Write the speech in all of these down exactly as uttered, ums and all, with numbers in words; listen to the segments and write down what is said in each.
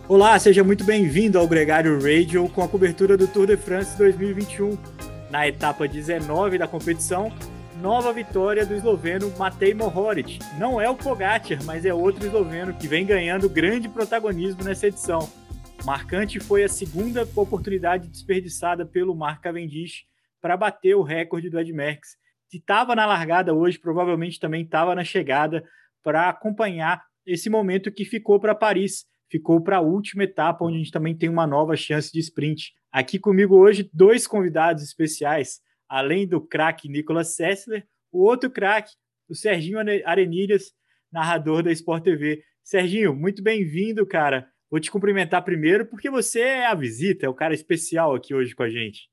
Olá, seja muito bem-vindo ao Gregário Radio com a cobertura do Tour de France dois mil e vinte e um. Na etapa dezenove da competição, nova vitória do esloveno Matej Mohoric. Não é o Pogačar, mas é outro esloveno que vem ganhando grande protagonismo nessa edição. Marcante foi a segunda oportunidade desperdiçada pelo Mark Cavendish para bater o recorde do Ed Merckx. Se estava na largada hoje, provavelmente também estava na chegada para acompanhar esse momento que ficou para Paris. Ficou para a última etapa, onde a gente também tem uma nova chance de sprint. Aqui comigo hoje, dois convidados especiais, além do craque Nicolas Sessler, o outro craque, o Serginho Arenilhas, narrador da Sport T V. Serginho, muito bem-vindo, cara. Vou te cumprimentar primeiro, porque você é a visita, é o cara especial aqui hoje com a gente.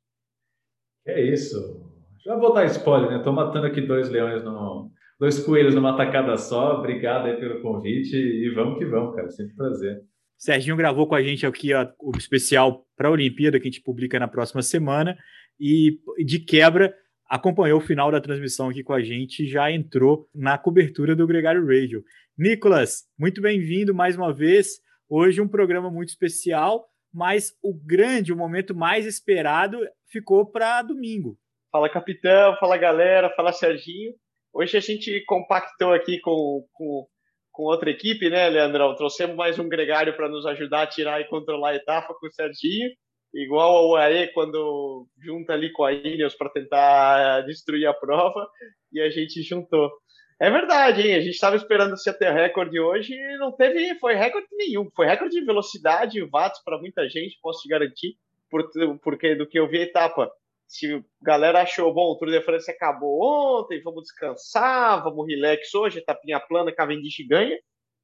É isso. Já vou dar spoiler, né? Estou matando aqui dois leões, no... dois coelhos numa tacada só. Obrigado aí pelo convite e vamos que vamos, cara. Sempre um prazer. Serginho gravou com a gente aqui ó, o especial para a Olimpíada, que a gente publica na próxima semana, e de quebra acompanhou o final da transmissão aqui com a gente, já entrou na cobertura do Gregário Radio. Nicolas, muito bem-vindo mais uma vez. Hoje um programa muito especial, mas o grande, o momento mais esperado ficou para domingo. Fala, capitão, fala, galera, fala, Serginho. Hoje a gente compactou aqui com, com, com outra equipe, né, Leandrão? Trouxemos mais um gregário para nos ajudar a tirar e controlar a etapa com o Serginho, igual ao U A E quando junta ali com a Ineos para tentar destruir a prova, e a gente juntou. É verdade, hein? A gente estava esperando se ter recorde hoje e não teve, foi recorde nenhum. Foi recorde de velocidade, watts para muita gente, posso te garantir, porque do que eu vi a etapa. Se a galera achou, bom, o Tour de France acabou ontem, vamos descansar, vamos relax hoje, etapinha plana, Cavendish ganha.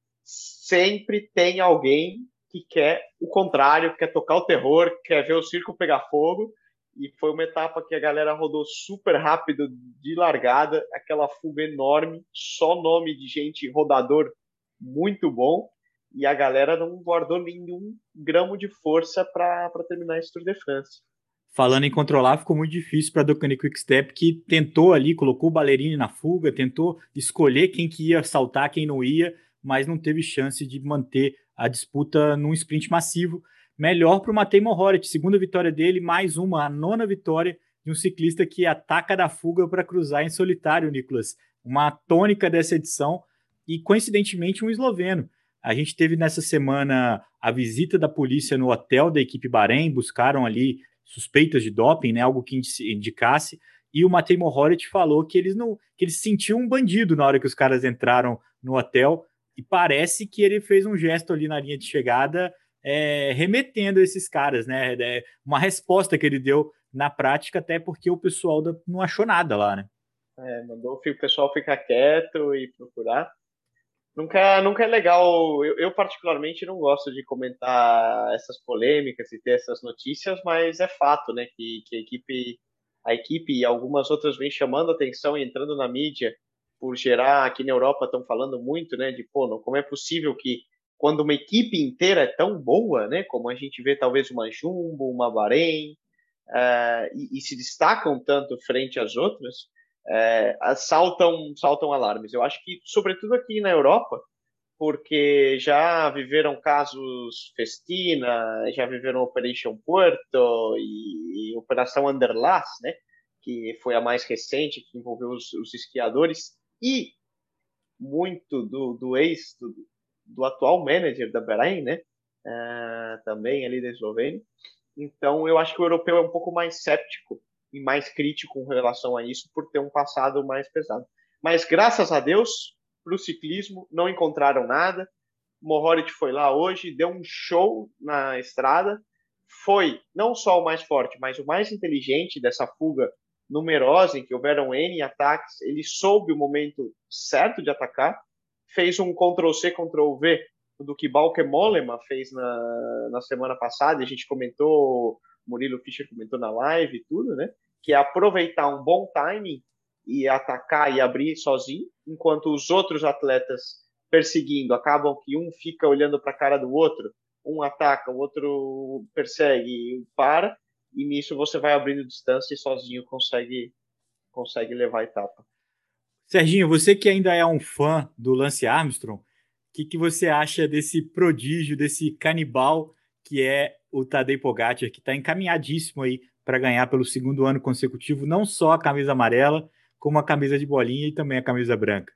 Sempre tem alguém que quer o contrário, quer tocar o terror, quer ver o circo pegar fogo. E foi uma etapa que a galera rodou super rápido de largada, aquela fuga enorme, só nome de gente rodador muito bom. E a galera não guardou nenhum gramo de força para terminar esse Tour de France. Falando em controlar, ficou muito difícil para a Ducati Quick-Step, que tentou ali, colocou o Ballerini na fuga, tentou escolher quem que ia saltar, quem não ia, mas não teve chance de manter a disputa num sprint massivo. Melhor para o Matej Mohoric, segunda vitória dele, mais uma, a nona vitória de um ciclista que ataca da fuga para cruzar em solitário, Nicolas. Uma tônica dessa edição e, coincidentemente, um esloveno. A gente teve nessa semana a visita da polícia no hotel da equipe Bahrein, buscaram ali suspeitas de doping, né, algo que indicasse, e o Matej Mohoric falou que eles não, que ele se sentiu um bandido na hora que os caras entraram no hotel, e parece que ele fez um gesto ali na linha de chegada, é, remetendo esses caras, né, é, uma resposta que ele deu na prática, até porque o pessoal da, não achou nada lá, né. É, mandou o pessoal ficar quieto e procurar. Nunca, nunca é legal, eu, eu particularmente não gosto de comentar essas polêmicas e ter essas notícias, mas é fato, né, que, que a equipe, a equipe e algumas outras vêm chamando atenção e entrando na mídia por gerar, aqui na Europa estão falando muito, né, de, pô, não, como é possível que quando uma equipe inteira é tão boa, né, como a gente vê talvez uma Jumbo, uma Bahrein, uh, e, e se destacam tanto frente às outras, é, saltam, saltam alarmes. Eu acho que, sobretudo aqui na Europa, porque já viveram casos Festina, já viveram Operation Puerto e, e Operação Anderlas, né, que foi a mais recente, que envolveu os, os esquiadores, e muito do, do ex, do, do atual manager da Bahrein, né, uh, também ali da Eslovênia. Então, eu acho que o europeu é um pouco mais cético e mais crítico com relação a isso por ter um passado mais pesado. Mas, graças a Deus, para o ciclismo, não encontraram nada. Mohoric foi lá hoje, deu um show na estrada. Foi não só o mais forte, mas o mais inteligente dessa fuga numerosa, em que houveram N ataques. Ele soube o momento certo de atacar, fez um control C, control V do que Bauke Mollema fez na, na semana passada, e a gente comentou, Murilo Fischer comentou na live e tudo, né? Que é aproveitar um bom timing e atacar e abrir sozinho, enquanto os outros atletas perseguindo acabam que um fica olhando para a cara do outro, um ataca, o outro persegue e para, e nisso você vai abrindo distância e sozinho consegue, consegue levar a etapa. Serginho, você que ainda é um fã do Lance Armstrong, que, que você acha desse prodígio, desse canibal que é o Tadej Pogacar, que está encaminhadíssimo aí para ganhar pelo segundo ano consecutivo, não só a camisa amarela, como a camisa de bolinha e também a camisa branca?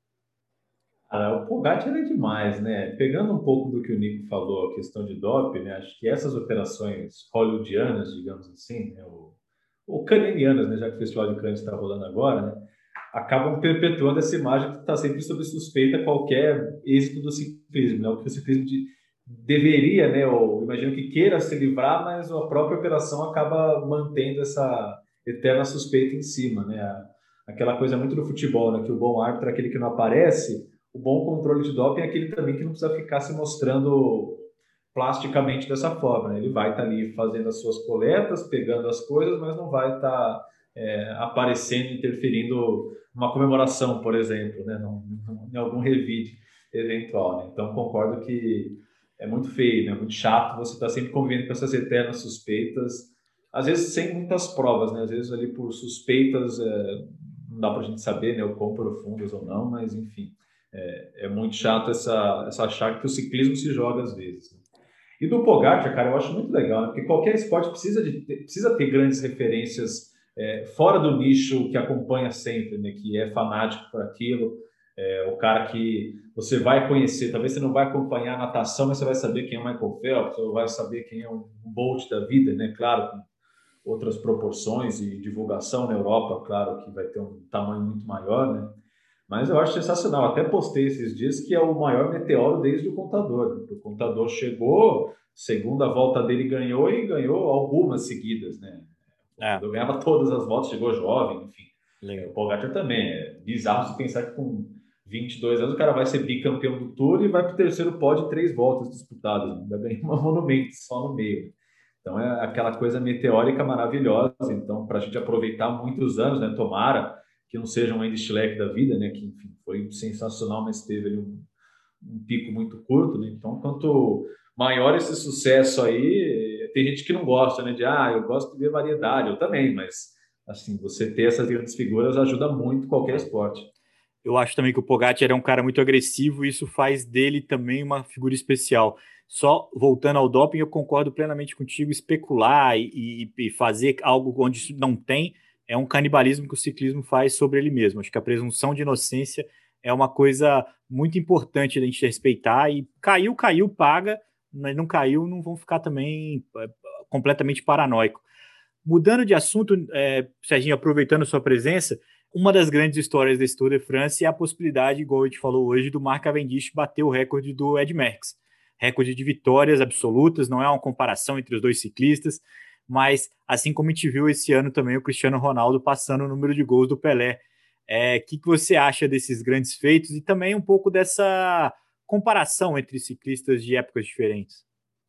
Ah, o Pogacar é demais, né? Pegando um pouco do que o Nico falou, a questão de doping, né? Acho que essas operações hollywoodianas, digamos assim, né? O, ou caninianas, né? Já que o Festival de Cannes está rolando agora, né? Acabam perpetuando essa imagem que está sempre sob suspeita qualquer êxito do ciclismo, né? O que o ciclismo de, deveria, né? Ou imagino que queira se livrar, mas a própria operação acaba mantendo essa eterna suspeita em cima, né? Aquela coisa muito do futebol, né? Que o bom árbitro é aquele que não aparece, o bom controle de doping é aquele também que não precisa ficar se mostrando plasticamente dessa forma, né? Ele vai estar ali fazendo as suas coletas, pegando as coisas, mas não vai estar é, aparecendo, interferindo numa comemoração, por exemplo, né? Num, num, em algum revide eventual, né? Então, concordo que é muito feio, né? Muito chato você estar sempre convivendo com essas eternas suspeitas, às vezes sem muitas provas, né? Às vezes ali por suspeitas, é, não dá para a gente saber, né? O quão profundas ou não, mas enfim. É, é muito chato essa, essa achar que o ciclismo se joga às vezes. Né? E do Pogacar, cara, eu acho muito legal, né? Porque qualquer esporte precisa, de ter, precisa ter grandes referências é, fora do nicho que acompanha sempre, né? Que é fanático por aquilo. É, o cara que você vai conhecer, talvez você não vai acompanhar a natação, mas você vai saber quem é o Michael Phelps, ou vai saber quem é o Bolt da vida, né? Claro, com outras proporções e divulgação na Europa, claro que vai ter um tamanho muito maior, né? Mas eu acho sensacional. Até postei esses dias que é o maior meteoro desde o Contador. Né? O Contador chegou, segunda volta dele ganhou e ganhou algumas seguidas, né? O É, Contador ganhava todas as voltas, chegou jovem, enfim. É, legal. o Pogacar também. É bizarro se pensar que com vinte e dois anos o cara vai ser bicampeão do Tour e vai para o terceiro pódio em três voltas disputadas. Né? Ainda ganha uma monumento só no meio. Então é aquela coisa meteórica maravilhosa. Então, para a gente aproveitar muitos anos, né? Tomara que não seja um Andy Schleck da vida, né? Que enfim, foi sensacional, mas teve ali um, um pico muito curto, né? Então, quanto maior esse sucesso aí, tem gente que não gosta, né? De ah, eu gosto de ver variedade, eu também, mas assim, você ter essas grandes figuras ajuda muito qualquer esporte. Eu acho também que o Pogacar é um cara muito agressivo e isso faz dele também uma figura especial. Só voltando ao doping, eu concordo plenamente contigo. Especular e, e, e fazer algo onde isso não tem é um canibalismo que o ciclismo faz sobre ele mesmo. Acho que a presunção de inocência é uma coisa muito importante da gente respeitar. E caiu, caiu, paga, mas não caiu, não vão ficar também é, completamente paranoico. Mudando de assunto, é, Serginho, aproveitando sua presença, uma das grandes histórias desse Tour de France é a possibilidade, igual a gente falou hoje, do Mark Cavendish bater o recorde do Ed Merckx. Recorde de vitórias absolutas, não é uma comparação entre os dois ciclistas, mas assim como a gente viu esse ano também o Cristiano Ronaldo passando o número de gols do Pelé. O é, que, que você acha desses grandes feitos e também um pouco dessa comparação entre ciclistas de épocas diferentes?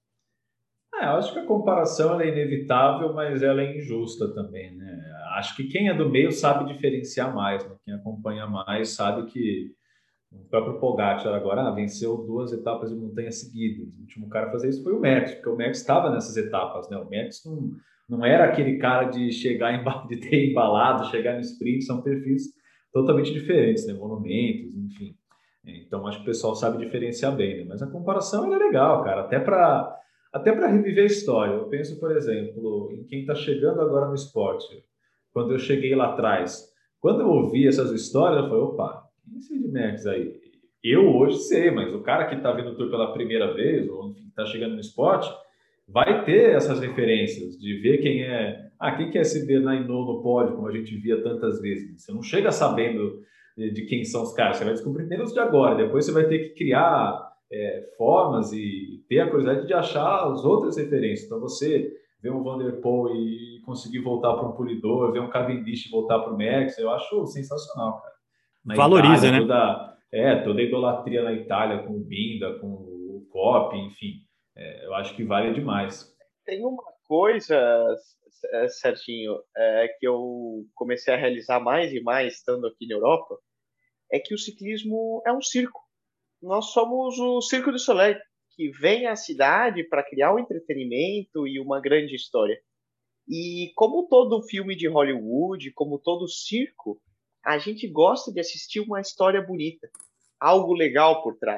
É, eu acho que a comparação ela é inevitável, mas ela é injusta também, né? Acho que quem é do meio sabe diferenciar mais, né? Quem acompanha mais sabe que o próprio Pogacar agora ah, venceu duas etapas de montanha seguidas. O último cara a fazer isso foi o Merckx, porque o Merckx estava nessas etapas, né? O Merckx não, não era aquele cara de chegar em, de ter embalado, chegar no sprint, são perfis totalmente diferentes, né? Monumentos, enfim. Então acho que o pessoal sabe diferenciar bem, né? Mas a comparação ela é legal, cara, até para até para reviver a história. Eu penso, por exemplo, em quem está chegando agora no esporte. Quando eu cheguei lá atrás, quando eu ouvi essas histórias, eu falei, opa, quem é esse Ed Merckx aí? Eu hoje sei, mas o cara que está vendo o tour pela primeira vez, ou enfim, está chegando no esporte, vai ter essas referências de ver quem é. Ah, quem que é esse Bernard Hinault no pódio, como a gente via tantas vezes? Você não chega sabendo de, de quem são os caras, você vai descobrir neles de agora. Depois você vai ter que criar é, formas e ter a curiosidade de achar as outras referências. Então você ver um Van der Poel e conseguir voltar para um Polidor, ver um Cavendish voltar para o Merckx, eu acho sensacional, cara. Na Valoriza, Itália, né? toda, é, toda a idolatria na Itália com o Binda, com o Coppi, enfim, é, eu acho que vale demais. Tem uma coisa, Serginho, é, que eu comecei a realizar mais e mais estando aqui na Europa, é que o ciclismo é um circo. Nós somos o Circo du Soleil, que vem à cidade para criar um entretenimento e uma grande história. E como todo filme de Hollywood, como todo circo, a gente gosta de assistir uma história bonita, algo legal por trás.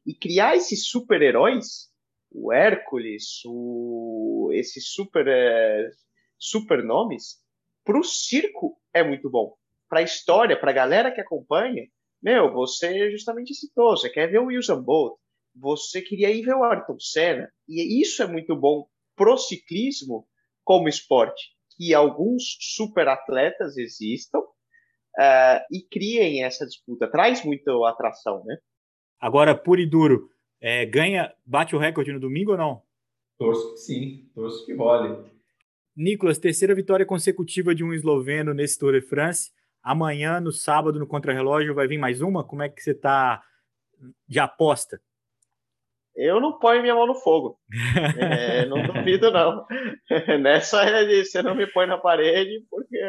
e criar esses super-heróis, o Hércules, o, esses super, é, super nomes, para o circo é muito bom. Para a história, para a galera que acompanha, meu, você justamente citou, você quer ver o Usain Bolt, você queria ir ver o Ayrton Senna, e isso é muito bom pro ciclismo como esporte, que alguns super atletas existam uh, e criem essa disputa, traz muita atração, né? Agora, puro e duro, é, ganha, bate o recorde no domingo ou não? Torço que sim, torço que role. Nicolas, terceira vitória consecutiva de um esloveno nesse Tour de France. Amanhã, no sábado, no contrarrelógio, vai vir mais uma? Como é que você está de aposta? Eu não ponho minha mão no fogo. É, não duvido, não. Nessa você não me põe na parede, porque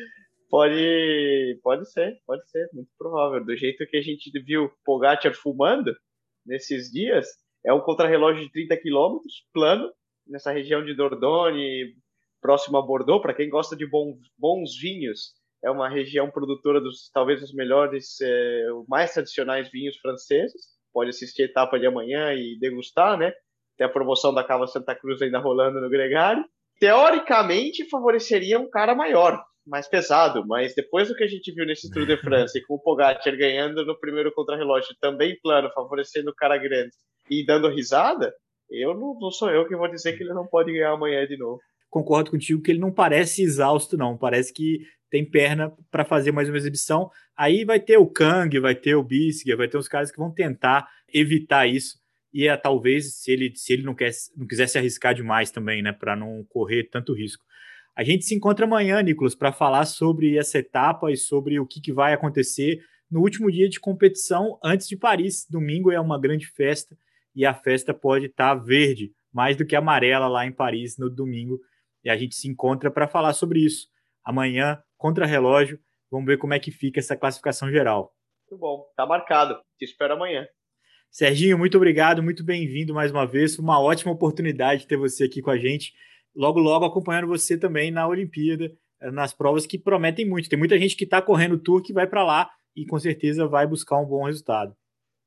pode, pode ser, pode ser, muito provável. Do jeito que a gente viu Pogacar fumando nesses dias, é um contrarrelógio de trinta quilômetros, plano, nessa região de Dordogne, próximo a Bordeaux. Para quem gosta de bons, bons vinhos, é uma região produtora dos talvez os melhores, é, mais tradicionais vinhos franceses. Pode assistir a etapa de amanhã e degustar, né? Tem a promoção da Cava Santa Cruz ainda rolando no Gregário. Teoricamente, favoreceria um cara maior, mais pesado, mas depois do que a gente viu nesse Tour de France, com o Pogacar ganhando no primeiro contrarrelógio, também plano, favorecendo o cara grande e dando risada, eu não, não sou eu que vou dizer que ele não pode ganhar amanhã de novo. Concordo contigo que ele não parece exausto, não. Parece que tem perna para fazer mais uma exibição. Aí vai ter o Kang, vai ter o Bisguer, vai ter uns caras que vão tentar evitar isso. E é, talvez, se ele, se ele não, quer, não quiser se arriscar demais também, né, para não correr tanto risco. A gente se encontra amanhã, Nicolas, para falar sobre essa etapa e sobre o que, que vai acontecer no último dia de competição antes de Paris. Domingo é uma grande festa e a festa pode estar verde, mais do que amarela lá em Paris no domingo. E a gente se encontra para falar sobre isso. Amanhã, contra-relógio, vamos ver como é que fica essa classificação geral. Muito bom, tá marcado. Te espero amanhã. Serginho, muito obrigado, muito bem-vindo mais uma vez. Uma ótima oportunidade ter você aqui com a gente. Logo, logo acompanhando você também na Olimpíada, nas provas que prometem muito. Tem muita gente que está correndo o Tour que vai para lá e com certeza vai buscar um bom resultado.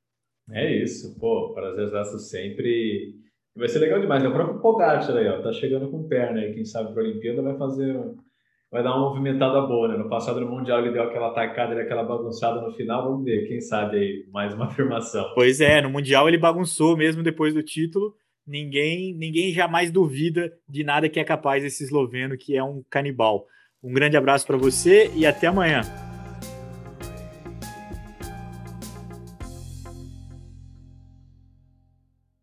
É isso, pô, prazerzaço sempre. Vai ser legal demais, né? O próprio Pogacar aí, ó, tá chegando com perna aí, quem sabe para a Olimpíada vai fazer, vai dar uma movimentada boa, né? No passado no Mundial ele deu aquela atacada e aquela bagunçada no final, vamos ver, quem sabe aí, mais uma afirmação. Pois é, no Mundial ele bagunçou mesmo depois do título, ninguém, ninguém jamais duvida de nada que é capaz esse esloveno, que é um canibal. Um grande abraço para você e até amanhã.